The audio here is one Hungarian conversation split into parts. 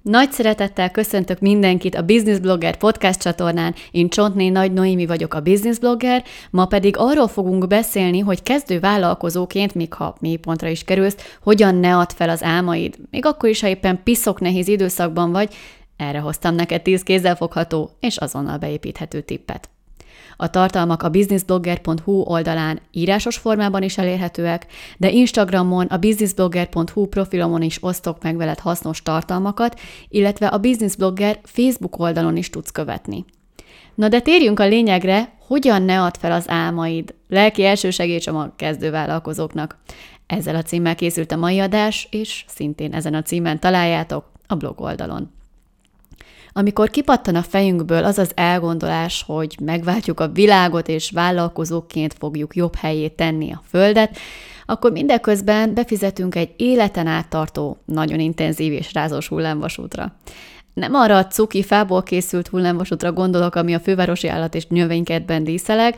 Nagy szeretettel köszöntök mindenkit a Business Blogger podcast csatornán. Én Csontné Nagy Noémi vagyok, a Business Blogger, ma pedig arról fogunk beszélni, hogy kezdő vállalkozóként, még ha mélypontra is kerülsz, hogyan ne add fel az álmaid. Még akkor is, ha éppen piszok nehéz időszakban vagy, erre hoztam neked 10 kézzelfogható és azonnal beépíthető tippet. A tartalmak a businessblogger.hu oldalán írásos formában is elérhetőek, de Instagramon, a businessblogger.hu profilomon is osztok meg veled hasznos tartalmakat, illetve a Business Blogger Facebook oldalon is tudsz követni. Na de térjünk a lényegre, hogyan ne add fel az álmaid. Lelki elsősegélycsomag kezdővállalkozóknak. Ezzel a címmel készült a mai adás, és szintén ezen a címen találjátok a blog oldalon. Amikor kipattan a fejünkből az az elgondolás, hogy megváltjuk a világot, és vállalkozóként fogjuk jobb helyé tenni a földet, akkor mindeközben befizetünk egy életen át tartó, nagyon intenzív és rázós hullámvasútra. Nem arra a cuki fából készült hullámvasútra gondolok, ami a fővárosi állat és növénykertben díszeleg,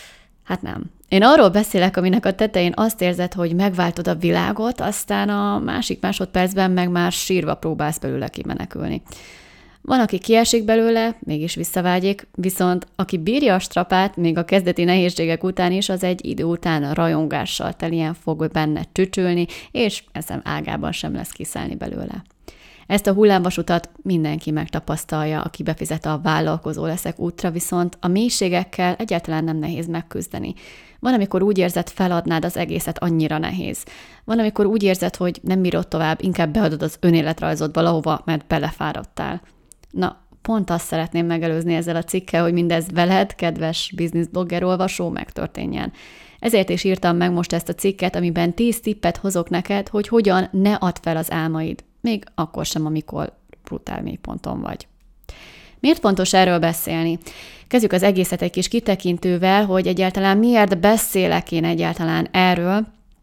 hát nem. Én arról beszélek, aminek a tetején azt érzed, hogy megváltod a világot, aztán a másik másodpercben meg már sírva próbálsz belőle kimenekülni. Van, aki kiesik belőle, mégis visszavágyik, viszont aki bírja a strapát, még a kezdeti nehézségek után is, az egy idő után a rajongással telien fog benne csücsülni, és eszem ágában sem lesz kiszállni belőle. Ezt a hullámvasutat mindenki megtapasztalja, aki befizet a vállalkozó leszek útra, viszont a mélységekkel egyáltalán nem nehéz megküzdeni. Van, amikor úgy érzed, feladnád az egészet, annyira nehéz. Van, amikor úgy érzed, hogy nem bírod tovább, inkább beadod az önéletrajzod valahova, mert belefáradtál. Na, pont azt szeretném megelőzni ezzel a cikkel, hogy mindez veled, kedves business blogger olvasó, megtörténjen. Ezért is írtam meg most ezt a cikket, amiben 10 tippet hozok neked, hogy hogyan ne add fel az álmaid, még akkor sem, amikor brutál mélyponton vagy. Miért fontos erről beszélni? Kezdjük az egészet egy kis kitekintővel, hogy egyáltalán miért beszélek én egyáltalán erről.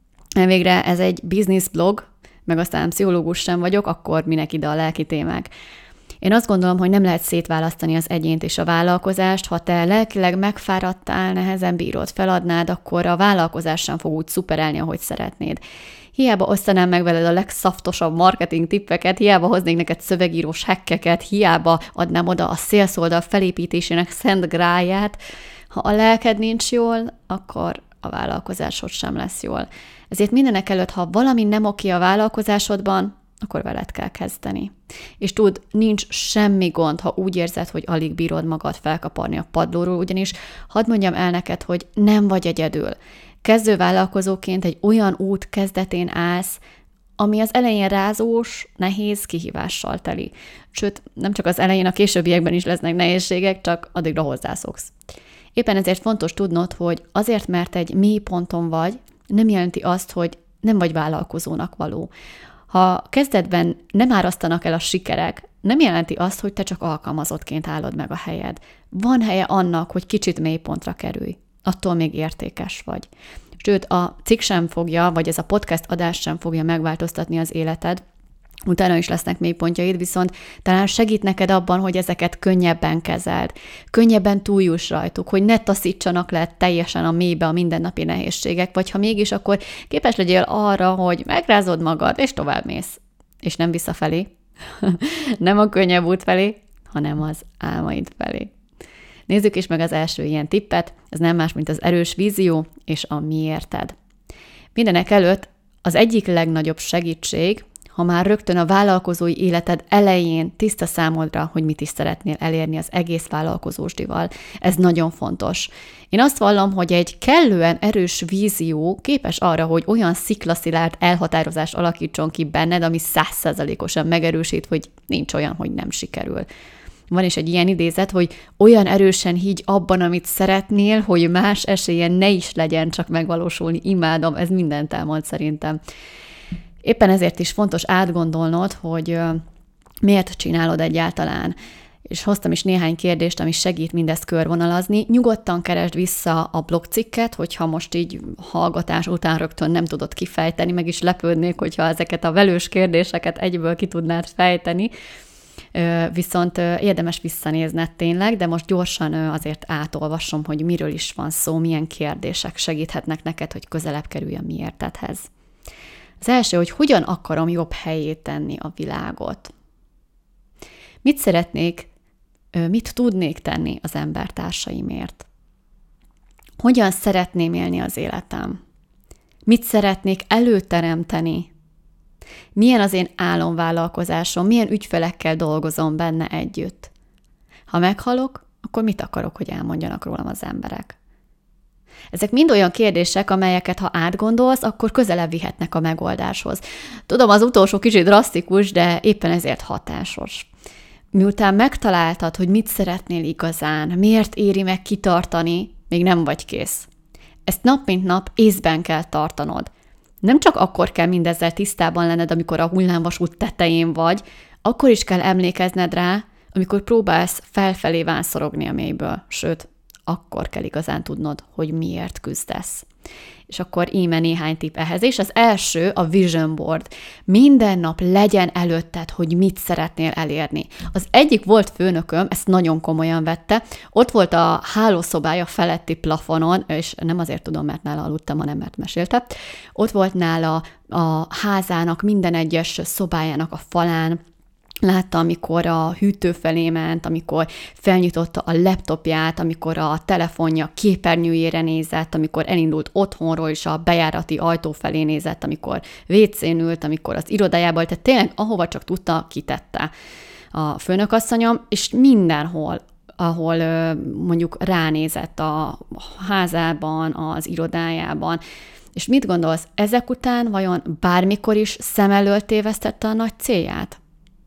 Végre ez egy business blog, meg aztán pszichológus sem vagyok, akkor minek ide a lelki témák. Én azt gondolom, hogy nem lehet szétválasztani az egyént és a vállalkozást. Ha te lelkileg megfáradtál, nehezen bírod, feladnád, akkor a vállalkozás sem fog úgy szuperelni, ahogy szeretnéd. Hiába osztanám meg veled a legszaftosabb marketing tippeket, hiába hoznék neked szövegírós hackeket, hiába adnám oda a sales oldal felépítésének szent gráját. Ha a lelked nincs jól, akkor a vállalkozásod sem lesz jól. Ezért mindenek előtt, ha valami nem oké a vállalkozásodban, akkor veled kell kezdeni. És tudd, nincs semmi gond, ha úgy érzed, hogy alig bírod magad felkaparni a padlóról, ugyanis hadd mondjam el neked, hogy nem vagy egyedül. Kezdővállalkozóként egy olyan út kezdetén állsz, ami az elején rázós, nehéz, kihívással teli. Sőt, nem csak az elején, a későbbiekben is lesznek nehézségek, csak addigra hozzászoksz. Éppen ezért fontos tudnod, hogy azért, mert egy mély ponton vagy, nem jelenti azt, hogy nem vagy vállalkozónak való. Ha kezdetben nem árasztanak el a sikerek, nem jelenti azt, hogy te csak alkalmazottként állod meg a helyed. Van helye annak, hogy kicsit mélypontra kerülj. Attól még értékes vagy. Sőt, a cikk sem fogja, vagy ez a podcast adás sem fogja megváltoztatni az életed. Utána is lesznek mélypontjaid, viszont talán segít neked abban, hogy ezeket könnyebben kezeld. Könnyebben túljuss rajtuk, hogy ne taszítsanak le teljesen a mélybe a mindennapi nehézségek, vagy ha mégis, akkor képes legyél arra, hogy megrázod magad, és továbbmész. És nem visszafelé, nem a könnyebb út felé, hanem az álmaid felé. Nézzük is meg az első ilyen tippet, ez nem más, mint az erős vízió és a miérted. Mindenek előtt az egyik legnagyobb segítség, ha már rögtön a vállalkozói életed elején tiszta számodra, hogy mit is szeretnél elérni az egész vállalkozósdival. Ez nagyon fontos. Én azt vallom, hogy egy kellően erős vízió képes arra, hogy olyan sziklaszilárd elhatározás alakítson ki benned, ami 100%-osan megerősít, hogy nincs olyan, hogy nem sikerül. Van is egy ilyen idézet, hogy olyan erősen higgy abban, amit szeretnél, hogy más esélyen ne is legyen csak megvalósulni. Imádom, ez mindent elmond szerintem. Éppen ezért is fontos átgondolnod, hogy miért csinálod egyáltalán. És hoztam is néhány kérdést, ami segít mindezt körvonalazni. Nyugodtan keresd vissza a blogcikket, hogyha most így hallgatás után rögtön nem tudod kifejteni, meg is lepődnék, hogyha ezeket a velős kérdéseket egyből ki tudnád fejteni. Viszont érdemes visszanézned tényleg, de most gyorsan azért átolvasom, hogy miről is van szó, milyen kérdések segíthetnek neked, hogy közelebb kerülj a miértedhez. Az első, hogy hogyan akarom jobb helyé tenni a világot. mit tudnék tenni az embertársaimért? Hogyan szeretném élni az életem? Mit szeretnék előteremteni? Milyen az én álomvállalkozásom? Milyen ügyfelekkel dolgozom benne együtt? Ha meghalok, akkor mit akarok, hogy elmondjanak rólam az emberek? Ezek mind olyan kérdések, amelyeket ha átgondolsz, akkor közelebb vihetnek a megoldáshoz. Tudom, az utolsó kicsit drasztikus, de éppen ezért hatásos. Miután megtaláltad, hogy mit szeretnél igazán, miért éri meg kitartani, még nem vagy kész. Ezt nap mint nap észben kell tartanod. Nem csak akkor kell mindezzel tisztában lenned, amikor a hullámvasút tetején vagy, akkor is kell emlékezned rá, amikor próbálsz felfelé vánszorogni a mélyből, sőt, akkor kell igazán tudnod, hogy miért küzdesz. És akkor íme néhány tipp ehhez. És az első a vision board. Minden nap legyen előtted, hogy mit szeretnél elérni. Az egyik volt főnököm, ezt nagyon komolyan vette, ott volt a hálószobája feletti plafonon, és nem azért tudom, mert nála aludtam, hanem mert mesélte, ott volt nála a házának, minden egyes szobájának a falán, látta, amikor a hűtő felé ment, amikor felnyitotta a laptopját, amikor a telefonja képernyőjére nézett, amikor elindult otthonról és a bejárati ajtó felé nézett, amikor WC-n ült, amikor az irodájából, tehát tényleg ahova csak tudta, kitette a főnökasszonyom, és mindenhol, ahol mondjuk ránézett a házában, az irodájában. És mit gondolsz, ezek után vajon bármikor is szem elől tévesztette a nagy célját?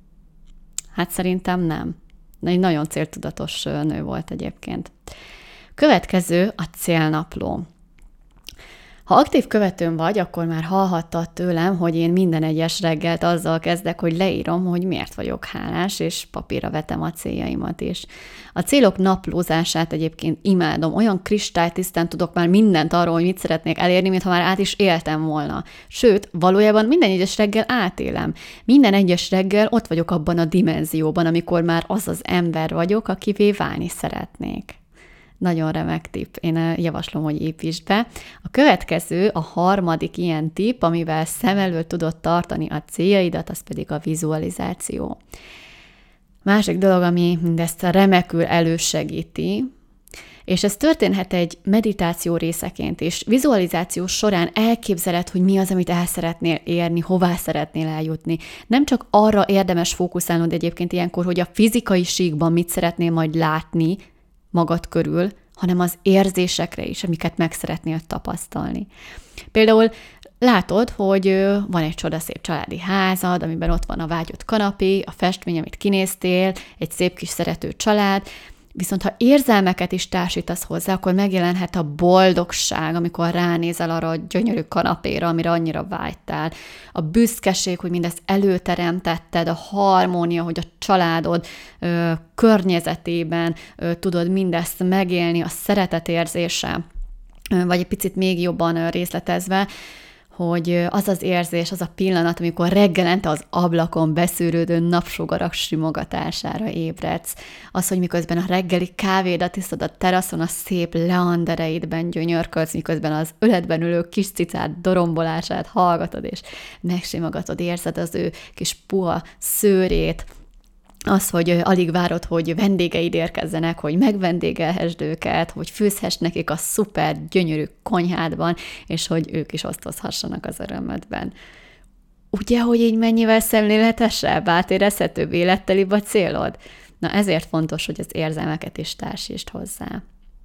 Hát szerintem nem. Egy nagyon céltudatos nő volt egyébként. Következő a célnapló. Ha aktív követőm vagy, akkor már hallhattad tőlem, hogy én minden egyes reggelt azzal kezdek, hogy leírom, hogy miért vagyok hálás, és papírra vetem a céljaimat is. A célok naplózását egyébként imádom. Olyan kristálytisztán tudok már mindent arról, hogy mit szeretnék elérni, mintha már át is éltem volna. Sőt, valójában minden egyes reggel átélem. Minden egyes reggel ott vagyok abban a dimenzióban, amikor már az az ember vagyok, akivé válni szeretnék. Nagyon remek tipp. Én javaslom, hogy építsd be. A következő, a harmadik ilyen tipp, amivel szem előtt tudod tartani a céljaidat, az pedig a vizualizáció. Másik dolog, ami mindezt remekül elősegíti, és ez történhet egy meditáció részeként is. Vizualizáció során elképzeled, hogy mi az, amit el szeretnél érni, hová szeretnél eljutni. Nem csak arra érdemes fókuszálnod egyébként ilyenkor, hogy a fizikai síkban mit szeretnél majd látni magad körül, hanem az érzésekre is, amiket meg szeretnél tapasztalni. Például látod, hogy van egy csodaszép családi házad, amiben ott van a vágyott kanapé, a festmény, amit kinéztél, egy szép kis szerető család, viszont ha érzelmeket is társítasz hozzá, akkor megjelenhet a boldogság, amikor ránézel arra a gyönyörű kanapéra, amire annyira vágytál. A büszkeség, hogy mindezt előteremtetted, a harmónia, hogy a családod környezetében tudod mindezt megélni, a szeretet érzése, vagy egy picit még jobban részletezve, hogy az az érzés, az a pillanat, amikor reggelente az ablakon beszűrődő napsugarak simogatására ébredsz. Az, hogy miközben a reggeli kávédat iszod a teraszon, a szép leandereidben gyönyörködsz, miközben az öledben ülő kis cicád dorombolását hallgatod, és megsimogatod, érzed az ő kis puha szőrét, az, hogy alig várod, hogy vendégeid érkezzenek, hogy megvendégelhessd őket, hogy főzhess nekik a szuper, gyönyörű konyhádban, és hogy ők is osztozhassanak az örömödben. Ugye, hogy így mennyivel szemléletesebb, átérezhetőbb, élettelibb a célod? Na ezért fontos, hogy az érzelmeket is társítsd hozzá.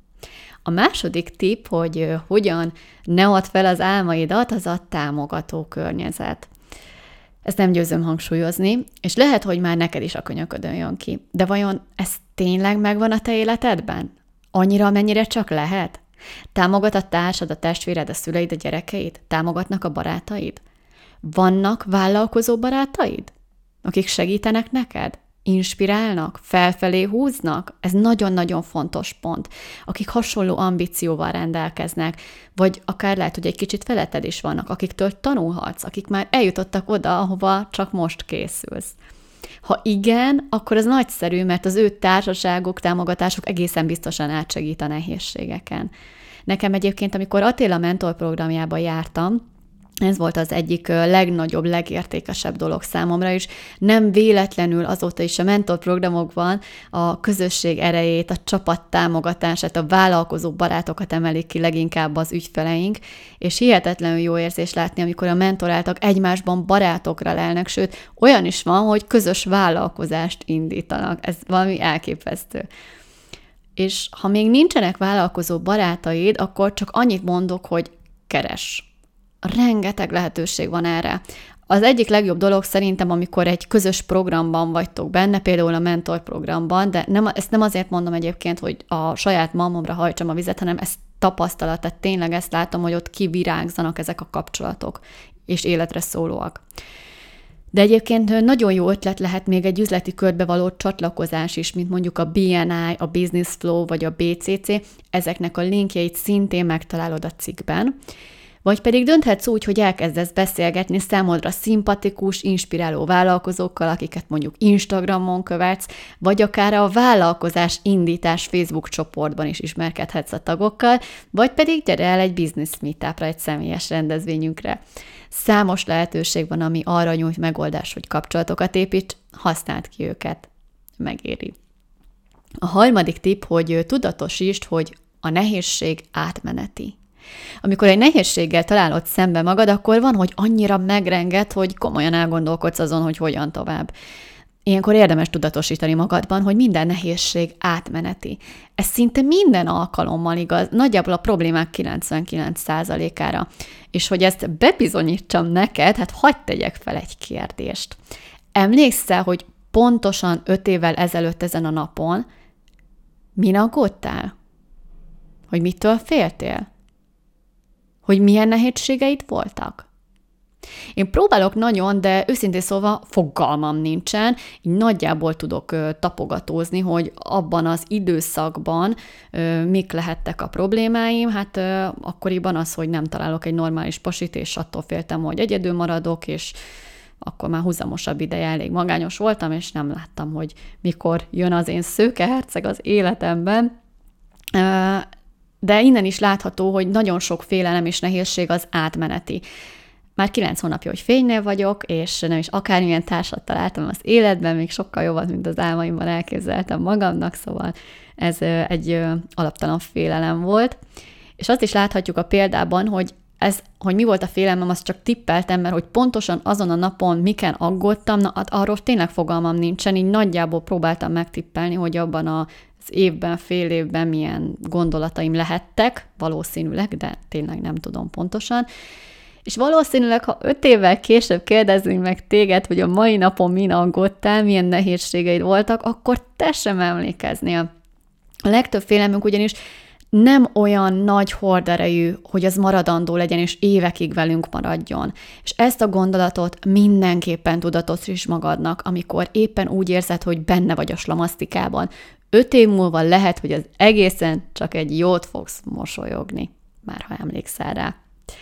A második tipp, hogy hogyan ne add fel az álmaidat, az a támogató környezet. Ezt nem győzöm hangsúlyozni, és lehet, hogy már neked is a könyöködön jön ki. De vajon ez tényleg megvan a te életedben? Annyira, amennyire csak lehet? Támogat a társad, a testvéred, a szüleid, a gyerekeid? Támogatnak a barátaid? Vannak vállalkozó barátaid, akik segítenek neked? Inspirálnak? Felfelé húznak? Ez nagyon-nagyon fontos pont. Akik hasonló ambícióval rendelkeznek, vagy akár lehet, hogy egy kicsit feletted is vannak, akiktől tanulhatsz, akik már eljutottak oda, ahova csak most készülsz. Ha igen, akkor az nagyszerű, mert az ő társaságok, támogatások egészen biztosan átsegít a nehézségeken. Nekem egyébként, amikor Attila mentor programjába jártam, Ez volt az egyik legnagyobb, legértékesebb dolog számomra, és nem véletlenül azóta is a mentorprogramokban a közösség erejét, a csapat támogatását, a vállalkozó barátokat emelik ki leginkább az ügyfeleink, és hihetetlenül jó érzés látni, amikor a mentoráltak egymásban barátokra lelnek, sőt, olyan is van, hogy közös vállalkozást indítanak. Ez valami elképesztő. És ha még nincsenek vállalkozó barátaid, akkor csak annyit mondok, hogy keres. Rengeteg lehetőség van erre. Az egyik legjobb dolog szerintem, amikor egy közös programban vagytok benne, például a mentor programban, de ezt nem azért mondom egyébként, hogy a saját malmomra hajtsam a vizet, hanem ez tapasztalat, tehát tényleg ezt látom, hogy ott kivirágzanak ezek a kapcsolatok, és életre szólóak. De egyébként nagyon jó ötlet lehet még egy üzleti körbe való csatlakozás is, mint mondjuk a BNI, a Business Flow vagy a BCC, ezeknek a linkjeit szintén megtalálod a cikkben. Vagy pedig dönthetsz úgy, hogy elkezdesz beszélgetni számodra szimpatikus, inspiráló vállalkozókkal, akiket mondjuk Instagramon követsz, vagy akár a vállalkozás indítás Facebook csoportban is ismerkedhetsz a tagokkal, vagy pedig gyere el egy business meetupra, egy személyes rendezvényünkre. Számos lehetőség van, ami arra nyújt megoldás, hogy kapcsolatokat építs, használd ki őket. Megéri. A harmadik tipp, hogy tudatosítsd, hogy a nehézség átmeneti. Amikor egy nehézséggel találod szembe magad, akkor van, hogy annyira megrenged, hogy komolyan elgondolkodsz azon, hogy hogyan tovább. Ilyenkor érdemes tudatosítani magadban, hogy minden nehézség átmeneti. Ez szinte minden alkalommal igaz, nagyjából a problémák 99%-ára. És hogy ezt bebizonyítsam neked, hát hagyd tegyek fel egy kérdést. Emlékszel, hogy pontosan 5 évvel ezelőtt ezen a napon min aggódtál? Hogy mitől féltél? Hogy milyen nehézségeid voltak? Én próbálok nagyon, de őszintén szólva fogalmam nincsen, így nagyjából tudok tapogatózni, hogy abban az időszakban mik lehettek a problémáim. Hát akkoriban az, hogy nem találok egy normális pasit, és attól féltem, hogy egyedül maradok, és akkor már húzamosabb ideje elég magányos voltam, és nem láttam, hogy mikor jön az én szőke herceg az életemben. De innen is látható, hogy nagyon sok félelem és nehézség az átmeneti. Már 9 hónapja, hogy fénynél vagyok, és nem is akármilyen társat találtam az életben, még sokkal jobban, mint az álmaimban elképzeltem magamnak, szóval ez egy alaptalan félelem volt. És azt is láthatjuk a példában, hogy mi volt a félelmem, azt csak tippeltem, mert hogy pontosan azon a napon miken aggódtam, arról tényleg fogalmam nincsen, így nagyjából próbáltam megtippelni, hogy abban az évben, fél évben milyen gondolataim lehettek, valószínűleg, de tényleg nem tudom pontosan. És valószínűleg, ha 5 évvel később kérdezzünk meg téged, hogy a mai napon min aggódtál, milyen nehézségeid voltak, akkor te sem emlékeznél. A legtöbb félelmünk ugyanis nem olyan nagy horderejű, hogy az maradandó legyen, és évekig velünk maradjon. És ezt a gondolatot mindenképpen tudatosíts magadnak, amikor éppen úgy érzed, hogy benne vagy a slamasztikában. 5 év múlva lehet, hogy az egészen csak egy jót fogsz mosolyogni, már ha emlékszel rá.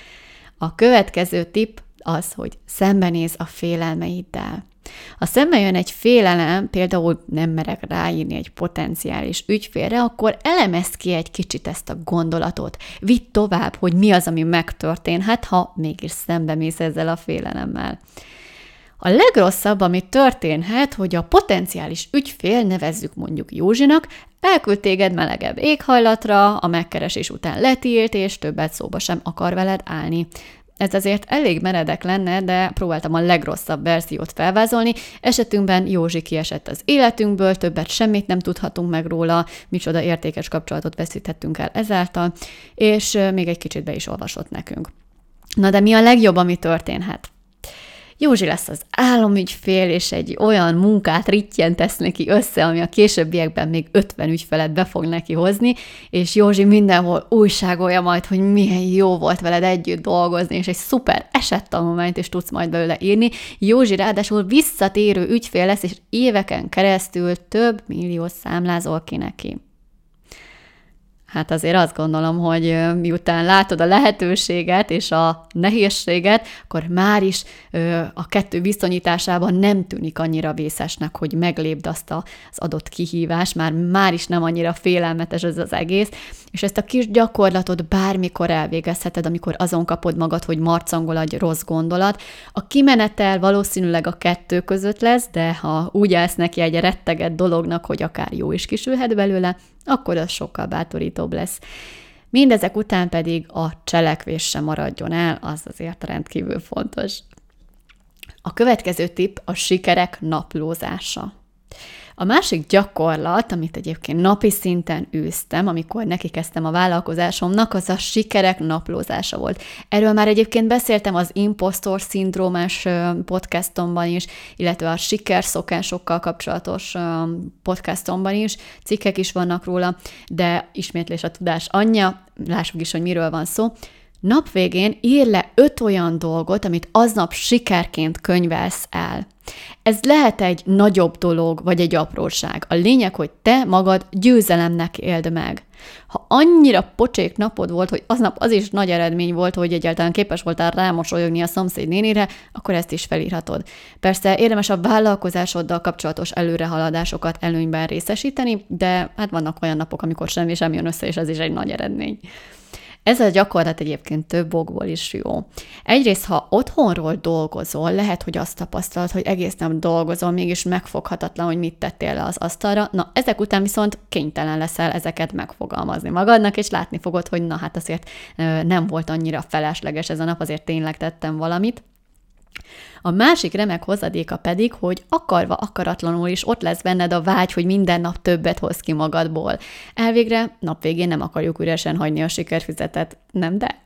A következő tipp az, hogy szembenéz a félelmeiddel. Ha szembe jön egy félelem, például nem merek ráírni egy potenciális ügyfélre, akkor elemezd ki egy kicsit ezt a gondolatot. Vidd tovább, hogy mi az, ami megtörténhet, ha mégis szembemész ezzel a félelemmel. A legrosszabb, ami történhet, hogy a potenciális ügyfél, nevezzük mondjuk Józsinak, elküld téged melegebb éghajlatra, a megkeresés után letilt, és többet szóba sem akar veled állni. Ez azért elég meredek lenne, de próbáltam a legrosszabb verziót felvázolni. Esetünkben Józsi kiesett az életünkből, többet semmit nem tudhatunk meg róla, micsoda értékes kapcsolatot veszíthettünk el ezáltal, és még egy kicsit be is olvasott nekünk. Na de mi a legjobb, ami történhet? Józsi lesz az álomügyfél, és egy olyan munkát rittyen tesz neki össze, ami a későbbiekben még 50 ügyfelet be fog neki hozni, és Józsi mindenhol újságolja majd, hogy milyen jó volt veled együtt dolgozni, és egy szuper esettanulmányt is tudsz majd belőle írni. Józsi ráadásul visszatérő ügyfél lesz, és éveken keresztül több millió számlázol ki neki. Hát azért azt gondolom, hogy miután látod a lehetőséget és a nehézséget, akkor már is a kettő viszonyításában nem tűnik annyira vészesnek, hogy meglépd azt az adott kihívást, már is nem annyira félelmetes ez az egész, és ezt a kis gyakorlatot bármikor elvégezheted, amikor azon kapod magad, hogy marcangol egy rossz gondolat. A kimenetel valószínűleg a kettő között lesz, de ha úgy állsz neki egy retteget dolognak, hogy akár jó is kisülhet belőle, akkor az sokkal bátorítóbb lesz. Mindezek után pedig a cselekvés sem maradjon el, az azért rendkívül fontos. A következő tipp a sikerek naplózása. A másik gyakorlat, amit egyébként napi szinten űztem, amikor nekikezdtem a vállalkozásomnak, az a sikerek naplózása volt. Erről már egyébként beszéltem az impostor szindrómás podcastomban is, illetve a sikerszokásokkal kapcsolatos podcastomban is, cikkek is vannak róla, de ismétlés a tudás anyja, lássuk is, hogy miről van szó. Nap végén ír le 5 olyan dolgot, amit aznap sikerként könyvelsz el. Ez lehet egy nagyobb dolog, vagy egy apróság. A lényeg, hogy te magad győzelemnek éld meg. Ha annyira pocsék napod volt, hogy aznap az is nagy eredmény volt, hogy egyáltalán képes voltál rámosolyogni a szomszéd nénire, akkor ezt is felírhatod. Persze érdemes a vállalkozásoddal kapcsolatos előrehaladásokat előnyben részesíteni, de hát vannak olyan napok, amikor semmi sem jön össze, és ez is egy nagy eredmény. Ez a gyakorlat egyébként több okból is jó. Egyrészt, ha otthonról dolgozol, lehet, hogy azt tapasztalod, hogy egész nap dolgozol, mégis megfoghatatlan, hogy mit tettél le az asztalra. Na, ezek után viszont kénytelen leszel ezeket megfogalmazni magadnak, és látni fogod, hogy na hát azért nem volt annyira felesleges ez a nap, azért tényleg tettem valamit. A másik remek hozadéka pedig, hogy akarva akaratlanul is ott lesz benned a vágy, hogy minden nap többet hoz ki magadból. Elvégre nap végén nem akarjuk üresen hagyni a sikerfüzetet, nem de?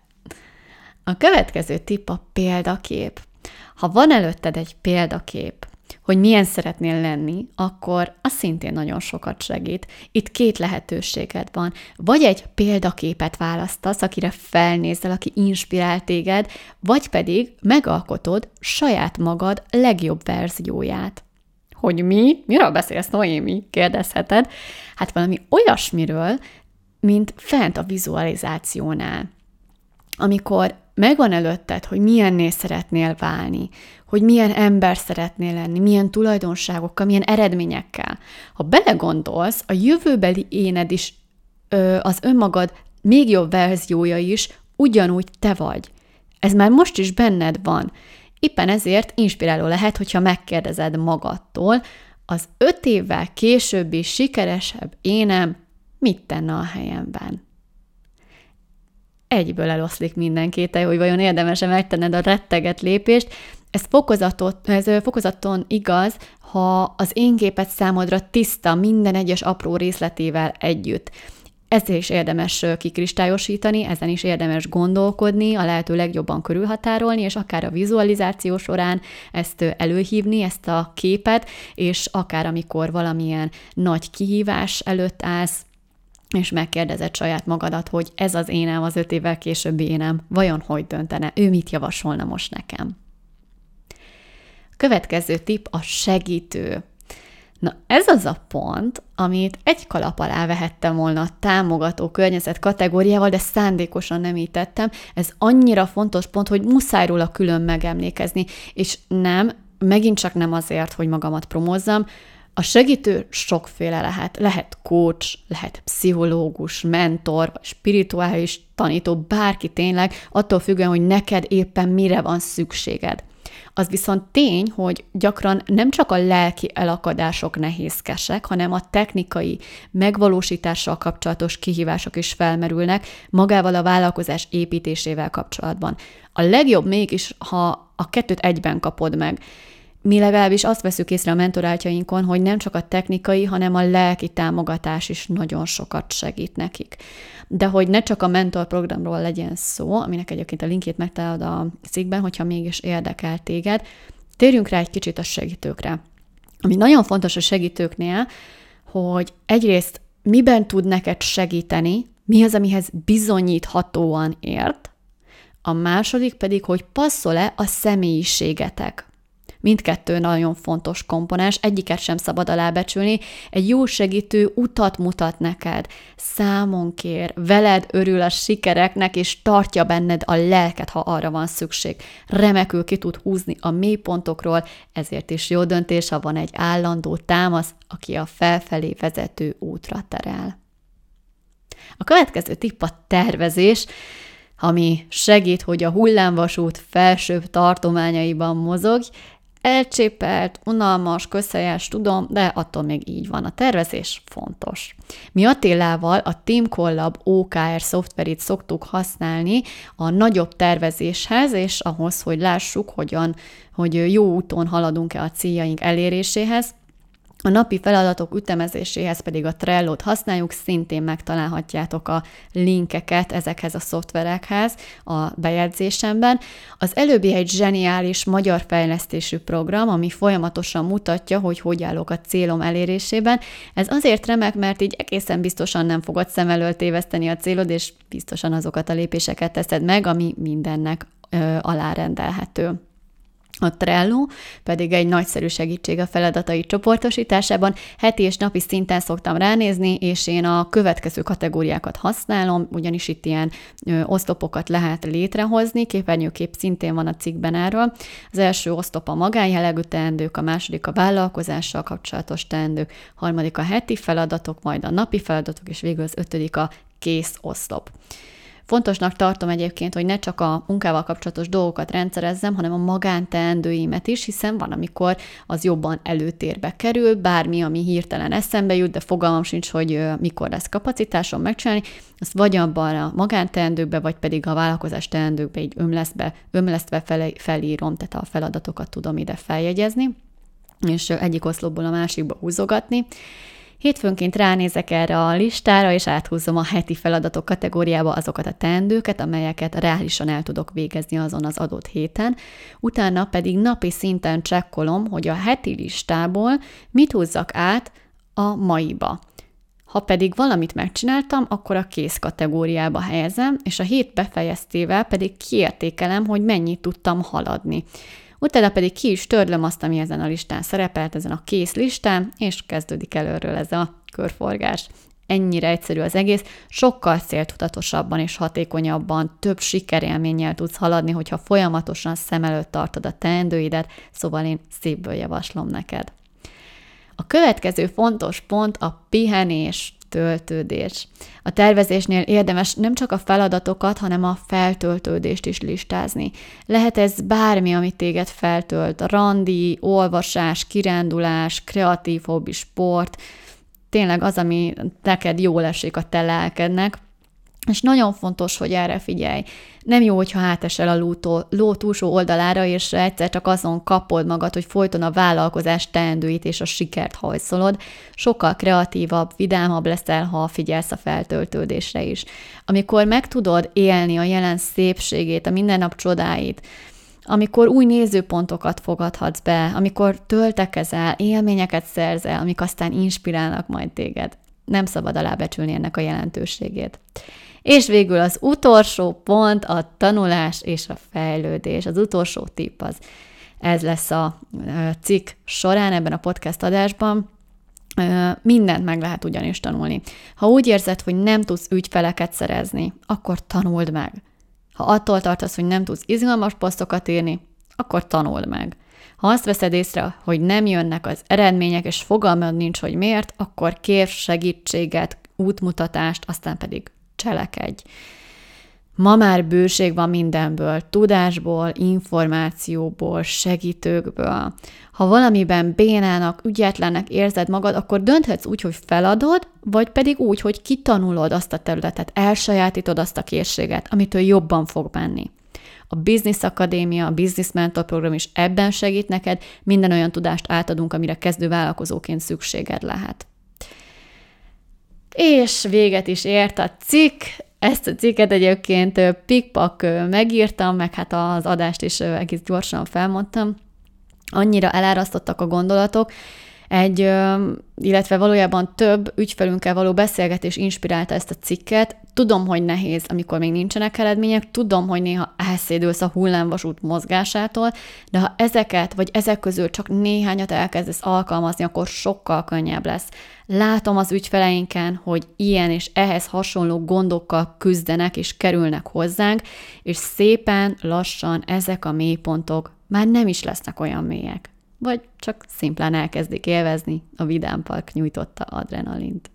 A következő tipp a példakép. Ha van előtted egy példakép, hogy milyen szeretnél lenni, akkor az szintén nagyon sokat segít. Itt 2 lehetőséged van. Vagy egy példaképet választasz, akire felnézel, aki inspirál téged, vagy pedig megalkotod saját magad legjobb verzióját. Hogy mi? Miről beszélsz, Noémi? Kérdezheted. Hát valami olyasmiről, mint fent a vizualizációnál. Amikor megvan előtted, hogy milyenné szeretnél válni, hogy milyen ember szeretnél lenni, milyen tulajdonságokkal, milyen eredményekkel. Ha belegondolsz, a jövőbeli éned is, az önmagad még jobb verziója is ugyanúgy te vagy. Ez már most is benned van. Éppen ezért inspiráló lehet, hogyha megkérdezed magadtól, az 5 évvel későbbi sikeresebb énem mit tenne a helyemben? Egyből eloszlik minden kételj, hogy vajon érdemes-e megtenned a retteget lépést. Ez fokozaton igaz, ha az én képed számodra tiszta minden egyes apró részletével együtt. Ezt is érdemes kikristályosítani, ezen is érdemes gondolkodni, a lehető legjobban körülhatárolni, és akár a vizualizáció során ezt előhívni, ezt a képet, és akár amikor valamilyen nagy kihívás előtt állsz, és megkérdezed saját magadat, hogy ez az énem, az 5 évvel későbbi énem, vajon hogy döntene, ő mit javasolna most nekem? Következő tipp a segítő. Na ez az a pont, amit egy kalap alá vehettem volna a támogató környezet kategóriával, de szándékosan nem így tettem. Ez annyira fontos pont, hogy muszáj róla külön megemlékezni, és megint csak nem azért, hogy magamat promózzam. A segítő sokféle lehet. Lehet coach, lehet pszichológus, mentor, vagy spirituális tanító, bárki tényleg, attól függően, hogy neked éppen mire van szükséged. Az viszont tény, hogy gyakran nem csak a lelki elakadások nehézkesek, hanem a technikai megvalósítással kapcsolatos kihívások is felmerülnek magával a vállalkozás építésével kapcsolatban. A legjobb mégis, ha a 2-t egyben kapod meg. Mi legalábbis azt veszük észre a mentoráltjainkon, hogy nem csak a technikai, hanem a lelki támogatás is nagyon sokat segít nekik. De hogy ne csak a mentor programról legyen szó, aminek egyébként a linkjét megtalálod a cikkben, hogyha mégis érdekel téged, térjünk rá egy kicsit a segítőkre. Ami nagyon fontos a segítőknél, hogy egyrészt miben tud neked segíteni, mi az, amihez bizonyíthatóan ért, a második pedig, hogy passzol-e a személyiségetek. Mindkettő nagyon fontos komponens, egyiket sem szabad alábecsülni. Egy jó segítő utat mutat neked, számon kér, veled örül a sikereknek, és tartja benned a lelket, ha arra van szükség. Remekül ki tud húzni a mélypontokról, ezért is jó döntés, ha van egy állandó támasz, aki a felfelé vezető útra terel. A következő tipp a tervezés, ami segít, hogy a hullámvasút felsőbb tartományaiban mozogj. Elcsépelt, unalmas, közhelyes, tudom, de attól még így van. A tervezés fontos. Mi Attilával a Team Collab OKR szoftverét szoktuk használni a nagyobb tervezéshez, és ahhoz, hogy lássuk, hogy jó úton haladunk-e a céljaink eléréséhez. A napi feladatok ütemezéséhez pedig a Trello-t használjuk, szintén megtalálhatjátok a linkeket ezekhez a szoftverekhez a bejegyzésemben. Az előbbi egy zseniális magyar fejlesztésű program, ami folyamatosan mutatja, hogy állok a célom elérésében. Ez azért remek, mert így egészen biztosan nem fogod szem elől téveszteni a célod, és biztosan azokat a lépéseket teszed meg, ami mindennek alárendelhető. A Trello pedig egy nagyszerű segítség a feladatai csoportosításában. Heti és napi szinten szoktam ránézni, és én a következő kategóriákat használom, ugyanis itt ilyen oszlopokat lehet létrehozni, képernyőkép szintén van a cikkben erről. Az első oszlop a magánjellegű teendők, a második a vállalkozással kapcsolatos teendők, harmadik a heti feladatok, majd a napi feladatok, és végül az ötödik a kész oszlop. Fontosnak tartom egyébként, hogy ne csak a munkával kapcsolatos dolgokat rendszerezzem, hanem a magánteendőimet is, hiszen van, amikor az jobban előtérbe kerül, bármi, ami hirtelen eszembe jut, de fogalmam sincs, hogy mikor lesz kapacitásom megcsinálni, azt vagy abban a magánteendőkbe, vagy pedig a vállalkozás teendőkbe így ömlesztve felírom, tehát a feladatokat tudom ide feljegyezni, és egyik oszlopból a másikba húzogatni. Hétfőnként ránézek erre a listára, és áthúzom a heti feladatok kategóriába azokat a teendőket, amelyeket reálisan el tudok végezni azon az adott héten. Utána pedig napi szinten csekkolom, hogy a heti listából mit húzzak át a maiba. Ha pedig valamit megcsináltam, akkor a kész kategóriába helyezem, és a hét befejeztével pedig kiértékelem, hogy mennyit tudtam haladni. Utána pedig ki is törlöm azt, ami ezen a listán szerepelt, ezen a kész listán, és kezdődik előről ez a körforgás. Ennyire egyszerű az egész, sokkal céltudatosabban és hatékonyabban, több sikerélménnyel tudsz haladni, hogyha folyamatosan szem előtt tartod a teendőidet, szóval én szívből javaslom neked. A következő fontos pont a pihenés, töltődés. A tervezésnél érdemes nem csak a feladatokat, hanem a feltöltődést is listázni. Lehet ez bármi, ami téged feltölt, randi, olvasás, kirándulás, kreatív hobbi, sport, tényleg az, ami neked jól esik a te lelkednek, és nagyon fontos, hogy erre figyelj. Nem jó, hogyha átesel a ló túlsó oldalára, és egyszer csak azon kapod magad, hogy folyton a vállalkozás teendőit és a sikert hajszolod. Sokkal kreatívabb, vidámabb leszel, ha figyelsz a feltöltődésre is. Amikor meg tudod élni a jelen szépségét, a mindennap csodáit, amikor új nézőpontokat fogadhatsz be, amikor töltekezel, élményeket szerzel, amik aztán inspirálnak majd téged. Nem szabad alábecsülni ennek a jelentőségét. És végül az utolsó pont a tanulás és a fejlődés. Az utolsó tipp ez lesz a cikk során ebben a podcast adásban. Mindent meg lehet ugyanis tanulni. Ha úgy érzed, hogy nem tudsz ügyfeleket szerezni, akkor tanuld meg. Ha attól tartasz, hogy nem tudsz izgalmas posztokat írni, akkor tanuld meg. Ha azt veszed észre, hogy nem jönnek az eredmények, és fogalmad nincs, hogy miért, akkor kérj segítséget, útmutatást, aztán pedig cselekedj. Ma már bőség van mindenből, tudásból, információból, segítőkből. Ha valamiben bénának, ügyetlennek érzed magad, akkor dönthetsz úgy, hogy feladod, vagy pedig úgy, hogy kitanulod azt a területet, elsajátítod azt a készséget, amitől jobban fog menni. A Business Akadémia, a Business Mentor program is ebben segít neked, minden olyan tudást átadunk, amire kezdő vállalkozóként szükséged lehet. És véget is ért a cikk. Ezt a cikket egyébként pikpak megírtam, meg hát az adást is egész gyorsan felmondtam. Annyira elárasztottak a gondolatok, illetve valójában több ügyfelünkkel való beszélgetés inspirálta ezt a cikket. Tudom, hogy nehéz, amikor még nincsenek eredmények, tudom, hogy néha elszédülsz a hullámvasút mozgásától, de ha ezeket, vagy ezek közül csak néhányat elkezdesz alkalmazni, akkor sokkal könnyebb lesz. Látom az ügyfeleinken, hogy ilyen és ehhez hasonló gondokkal küzdenek és kerülnek hozzánk, és szépen, lassan ezek a mélypontok már nem is lesznek olyan mélyek. Vagy csak szimplán elkezdik élvezni a Vidám Park nyújtotta adrenalint.